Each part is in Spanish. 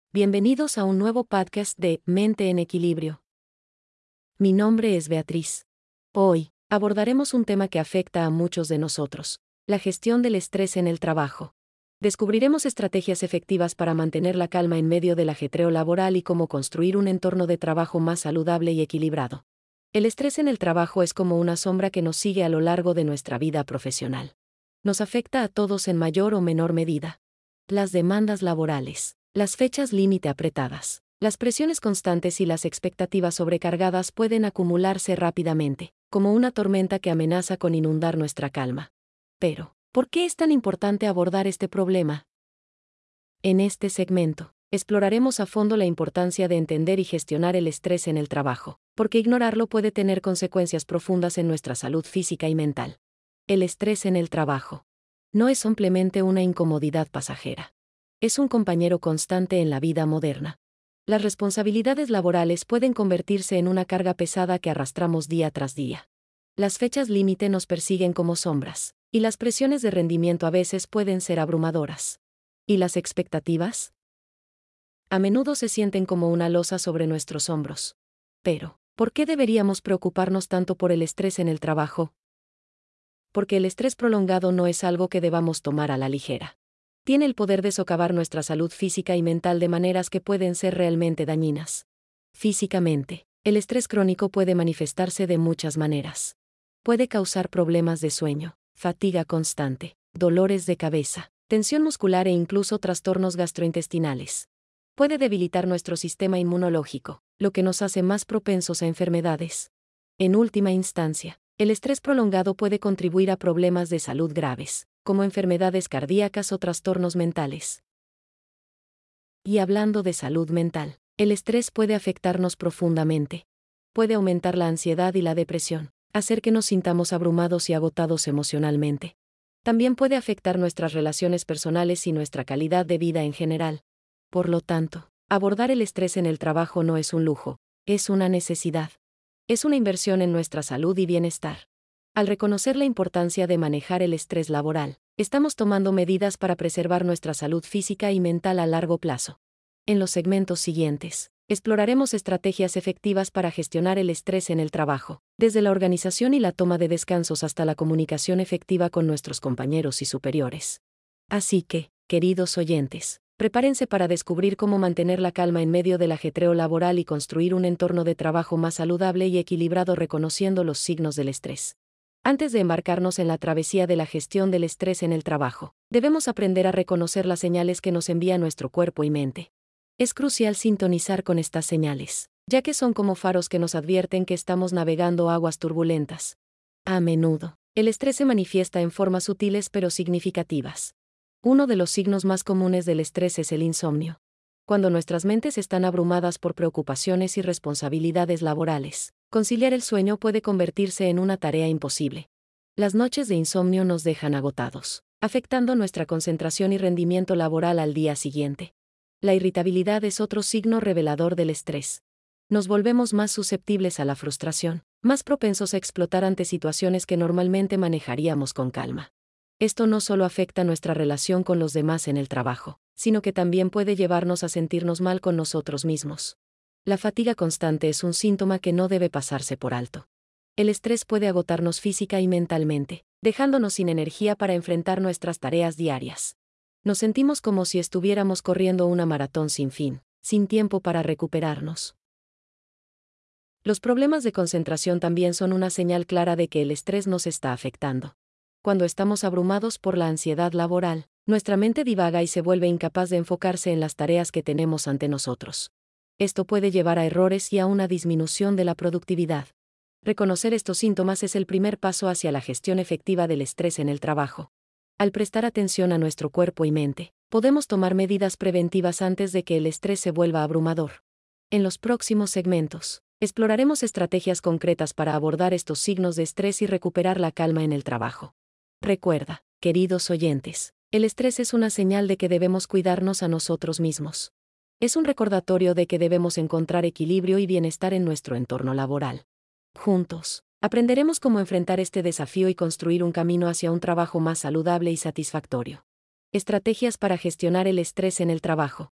Bienvenidos a un nuevo podcast de Mente en Equilibrio. Mi nombre es Beatriz. Hoy, abordaremos un tema que afecta a muchos de nosotros, la gestión del estrés en el trabajo. Descubriremos estrategias efectivas para mantener la calma en medio del ajetreo laboral y cómo construir un entorno de trabajo más saludable y equilibrado. El estrés en el trabajo es como una sombra que nos sigue a lo largo de nuestra vida profesional. Nos afecta a todos en mayor o menor medida. Las demandas laborales, las fechas límite apretadas, las presiones constantes y las expectativas sobrecargadas pueden acumularse rápidamente, como una tormenta que amenaza con inundar nuestra calma. Pero, ¿por qué es tan importante abordar este problema? En este segmento, exploraremos a fondo la importancia de entender y gestionar el estrés en el trabajo, porque ignorarlo puede tener consecuencias profundas en nuestra salud física y mental. El estrés en el trabajo no es simplemente una incomodidad pasajera. Es un compañero constante en la vida moderna. Las responsabilidades laborales pueden convertirse en una carga pesada que arrastramos día tras día. Las fechas límite nos persiguen como sombras, y las presiones de rendimiento a veces pueden ser abrumadoras. ¿Y las expectativas? A menudo se sienten como una losa sobre nuestros hombros. Pero, ¿por qué deberíamos preocuparnos tanto por el estrés en el trabajo? Porque el estrés prolongado no es algo que debamos tomar a la ligera. Tiene el poder de socavar nuestra salud física y mental de maneras que pueden ser realmente dañinas. Físicamente, el estrés crónico puede manifestarse de muchas maneras. Puede causar problemas de sueño, fatiga constante, dolores de cabeza, tensión muscular e incluso trastornos gastrointestinales. Puede debilitar nuestro sistema inmunológico, lo que nos hace más propensos a enfermedades. En última instancia, el estrés prolongado puede contribuir a problemas de salud graves, como enfermedades cardíacas o trastornos mentales. Y hablando de salud mental, el estrés puede afectarnos profundamente. Puede aumentar la ansiedad y la depresión, hacer que nos sintamos abrumados y agotados emocionalmente. También puede afectar nuestras relaciones personales y nuestra calidad de vida en general. Por lo tanto, abordar el estrés en el trabajo no es un lujo, es una necesidad. Es una inversión en nuestra salud y bienestar. Al reconocer la importancia de manejar el estrés laboral, estamos tomando medidas para preservar nuestra salud física y mental a largo plazo. En los segmentos siguientes, exploraremos estrategias efectivas para gestionar el estrés en el trabajo, desde la organización y la toma de descansos hasta la comunicación efectiva con nuestros compañeros y superiores. Así que, queridos oyentes, prepárense para descubrir cómo mantener la calma en medio del ajetreo laboral y construir un entorno de trabajo más saludable y equilibrado reconociendo los signos del estrés. Antes de embarcarnos en la travesía de la gestión del estrés en el trabajo, debemos aprender a reconocer las señales que nos envía nuestro cuerpo y mente. Es crucial sintonizar con estas señales, ya que son como faros que nos advierten que estamos navegando aguas turbulentas. A menudo, el estrés se manifiesta en formas sutiles pero significativas. Uno de los signos más comunes del estrés es el insomnio. Cuando nuestras mentes están abrumadas por preocupaciones y responsabilidades laborales, conciliar el sueño puede convertirse en una tarea imposible. Las noches de insomnio nos dejan agotados, afectando nuestra concentración y rendimiento laboral al día siguiente. La irritabilidad es otro signo revelador del estrés. Nos volvemos más susceptibles a la frustración, más propensos a explotar ante situaciones que normalmente manejaríamos con calma. Esto no solo afecta nuestra relación con los demás en el trabajo, sino que también puede llevarnos a sentirnos mal con nosotros mismos. La fatiga constante es un síntoma que no debe pasarse por alto. El estrés puede agotarnos física y mentalmente, dejándonos sin energía para enfrentar nuestras tareas diarias. Nos sentimos como si estuviéramos corriendo una maratón sin fin, sin tiempo para recuperarnos. Los problemas de concentración también son una señal clara de que el estrés nos está afectando. Cuando estamos abrumados por la ansiedad laboral, nuestra mente divaga y se vuelve incapaz de enfocarse en las tareas que tenemos ante nosotros. Esto puede llevar a errores y a una disminución de la productividad. Reconocer estos síntomas es el primer paso hacia la gestión efectiva del estrés en el trabajo. Al prestar atención a nuestro cuerpo y mente, podemos tomar medidas preventivas antes de que el estrés se vuelva abrumador. En los próximos segmentos, exploraremos estrategias concretas para abordar estos signos de estrés y recuperar la calma en el trabajo. Recuerda, queridos oyentes, el estrés es una señal de que debemos cuidarnos a nosotros mismos. Es un recordatorio de que debemos encontrar equilibrio y bienestar en nuestro entorno laboral. Juntos, aprenderemos cómo enfrentar este desafío y construir un camino hacia un trabajo más saludable y satisfactorio. Estrategias para gestionar el estrés en el trabajo.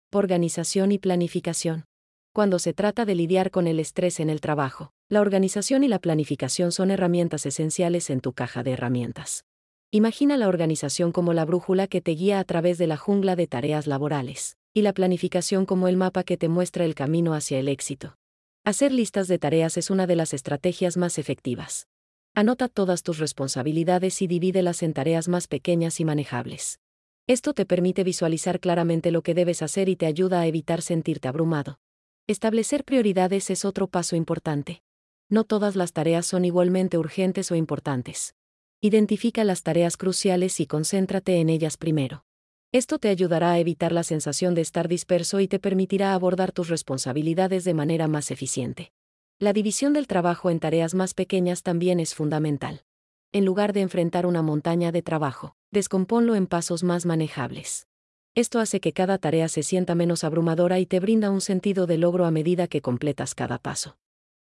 Organización y planificación. Cuando se trata de lidiar con el estrés en el trabajo, la organización y la planificación son herramientas esenciales en tu caja de herramientas. Imagina la organización como la brújula que te guía a través de la jungla de tareas laborales, y la planificación como el mapa que te muestra el camino hacia el éxito. Hacer listas de tareas es una de las estrategias más efectivas. Anota todas tus responsabilidades y divídelas en tareas más pequeñas y manejables. Esto te permite visualizar claramente lo que debes hacer y te ayuda a evitar sentirte abrumado. Establecer prioridades es otro paso importante. No todas las tareas son igualmente urgentes o importantes. Identifica las tareas cruciales y concéntrate en ellas primero. Esto te ayudará a evitar la sensación de estar disperso y te permitirá abordar tus responsabilidades de manera más eficiente. La división del trabajo en tareas más pequeñas también es fundamental. En lugar de enfrentar una montaña de trabajo, descompónlo en pasos más manejables. Esto hace que cada tarea se sienta menos abrumadora y te brinda un sentido de logro a medida que completas cada paso.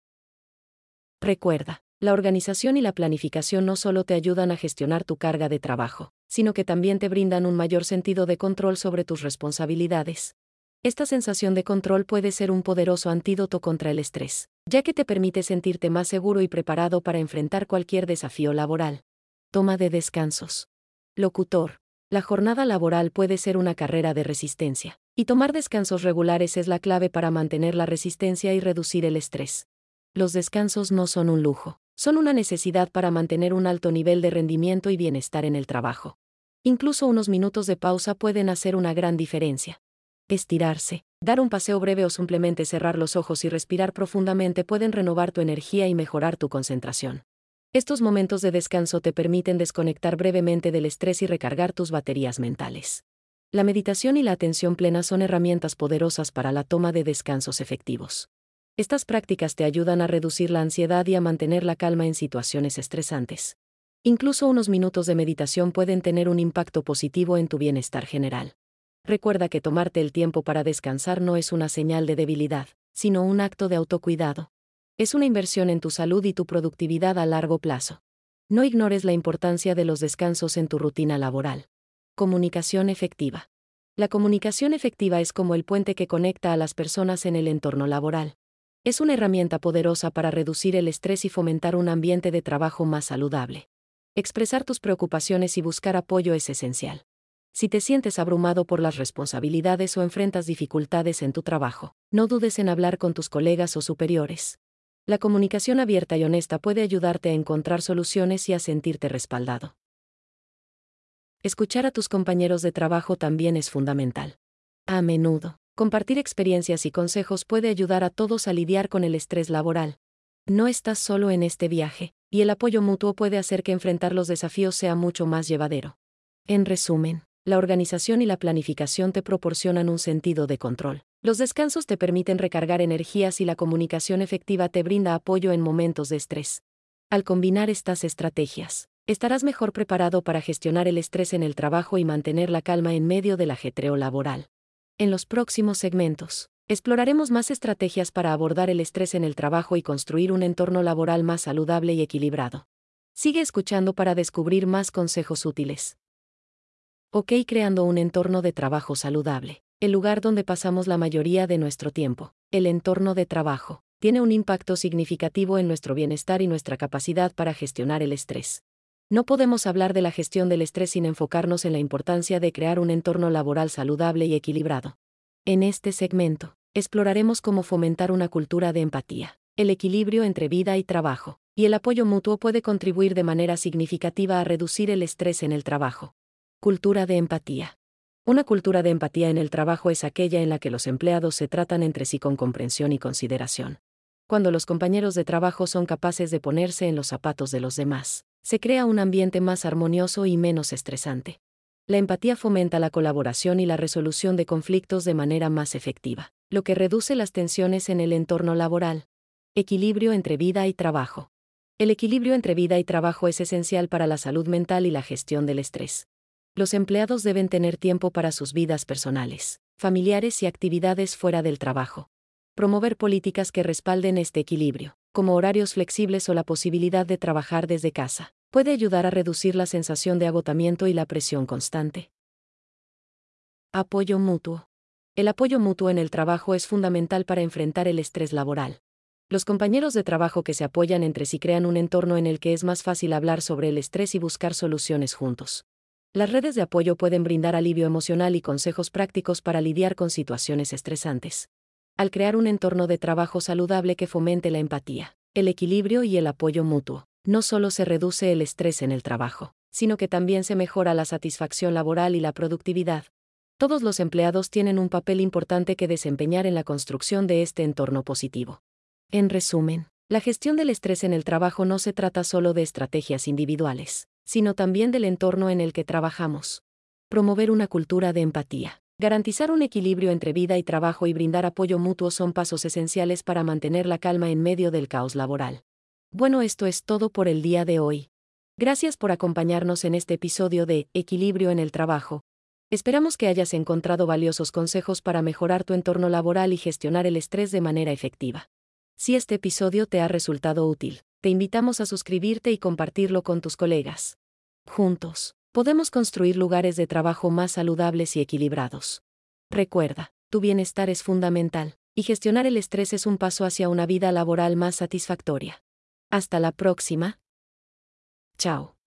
Recuerda, la organización y la planificación no solo te ayudan a gestionar tu carga de trabajo, sino que también te brindan un mayor sentido de control sobre tus responsabilidades. Esta sensación de control puede ser un poderoso antídoto contra el estrés, ya que te permite sentirte más seguro y preparado para enfrentar cualquier desafío laboral. Toma de descansos. Locutor. La jornada laboral puede ser una carrera de resistencia, y tomar descansos regulares es la clave para mantener la resistencia y reducir el estrés. Los descansos no son un lujo, son una necesidad para mantener un alto nivel de rendimiento y bienestar en el trabajo. Incluso unos minutos de pausa pueden hacer una gran diferencia. Estirarse, dar un paseo breve o simplemente cerrar los ojos y respirar profundamente pueden renovar tu energía y mejorar tu concentración. Estos momentos de descanso te permiten desconectar brevemente del estrés y recargar tus baterías mentales. La meditación y la atención plena son herramientas poderosas para la toma de descansos efectivos. Estas prácticas te ayudan a reducir la ansiedad y a mantener la calma en situaciones estresantes. Incluso unos minutos de meditación pueden tener un impacto positivo en tu bienestar general. Recuerda que tomarte el tiempo para descansar no es una señal de debilidad, sino un acto de autocuidado. Es una inversión en tu salud y tu productividad a largo plazo. No ignores la importancia de los descansos en tu rutina laboral. Comunicación efectiva. La comunicación efectiva es como el puente que conecta a las personas en el entorno laboral. Es una herramienta poderosa para reducir el estrés y fomentar un ambiente de trabajo más saludable. Expresar tus preocupaciones y buscar apoyo es esencial. Si te sientes abrumado por las responsabilidades o enfrentas dificultades en tu trabajo, no dudes en hablar con tus colegas o superiores. La comunicación abierta y honesta puede ayudarte a encontrar soluciones y a sentirte respaldado. Escuchar a tus compañeros de trabajo también es fundamental. A menudo, compartir experiencias y consejos puede ayudar a todos a lidiar con el estrés laboral. No estás solo en este viaje, y el apoyo mutuo puede hacer que enfrentar los desafíos sea mucho más llevadero. En resumen, la organización y la planificación te proporcionan un sentido de control. Los descansos te permiten recargar energías y la comunicación efectiva te brinda apoyo en momentos de estrés. Al combinar estas estrategias, estarás mejor preparado para gestionar el estrés en el trabajo y mantener la calma en medio del ajetreo laboral. En los próximos segmentos, exploraremos más estrategias para abordar el estrés en el trabajo y construir un entorno laboral más saludable y equilibrado. Sigue escuchando para descubrir más consejos útiles. OK, creando un entorno de trabajo saludable. El lugar donde pasamos la mayoría de nuestro tiempo, el entorno de trabajo, tiene un impacto significativo en nuestro bienestar y nuestra capacidad para gestionar el estrés. No podemos hablar de la gestión del estrés sin enfocarnos en la importancia de crear un entorno laboral saludable y equilibrado. En este segmento, exploraremos cómo fomentar una cultura de empatía. El equilibrio entre vida y trabajo, y el apoyo mutuo puede contribuir de manera significativa a reducir el estrés en el trabajo. Cultura de empatía. Una cultura de empatía en el trabajo es aquella en la que los empleados se tratan entre sí con comprensión y consideración. Cuando los compañeros de trabajo son capaces de ponerse en los zapatos de los demás, se crea un ambiente más armonioso y menos estresante. La empatía fomenta la colaboración y la resolución de conflictos de manera más efectiva, lo que reduce las tensiones en el entorno laboral. Equilibrio entre vida y trabajo. El equilibrio entre vida y trabajo es esencial para la salud mental y la gestión del estrés. Los empleados deben tener tiempo para sus vidas personales, familiares y actividades fuera del trabajo. Promover políticas que respalden este equilibrio, como horarios flexibles o la posibilidad de trabajar desde casa, puede ayudar a reducir la sensación de agotamiento y la presión constante. Apoyo mutuo. El apoyo mutuo en el trabajo es fundamental para enfrentar el estrés laboral. Los compañeros de trabajo que se apoyan entre sí crean un entorno en el que es más fácil hablar sobre el estrés y buscar soluciones juntos. Las redes de apoyo pueden brindar alivio emocional y consejos prácticos para lidiar con situaciones estresantes. Al crear un entorno de trabajo saludable que fomente la empatía, el equilibrio y el apoyo mutuo, no solo se reduce el estrés en el trabajo, sino que también se mejora la satisfacción laboral y la productividad. Todos los empleados tienen un papel importante que desempeñar en la construcción de este entorno positivo. En resumen, la gestión del estrés en el trabajo no se trata solo de estrategias individuales, sino también del entorno en el que trabajamos. Promover una cultura de empatía, garantizar un equilibrio entre vida y trabajo y brindar apoyo mutuo son pasos esenciales para mantener la calma en medio del caos laboral. Bueno, esto es todo por el día de hoy. Gracias por acompañarnos en este episodio de Equilibrio en el Trabajo. Esperamos que hayas encontrado valiosos consejos para mejorar tu entorno laboral y gestionar el estrés de manera efectiva. Si este episodio te ha resultado útil, te invitamos a suscribirte y compartirlo con tus colegas. Juntos, podemos construir lugares de trabajo más saludables y equilibrados. Recuerda, tu bienestar es fundamental, y gestionar el estrés es un paso hacia una vida laboral más satisfactoria. Hasta la próxima. Chao.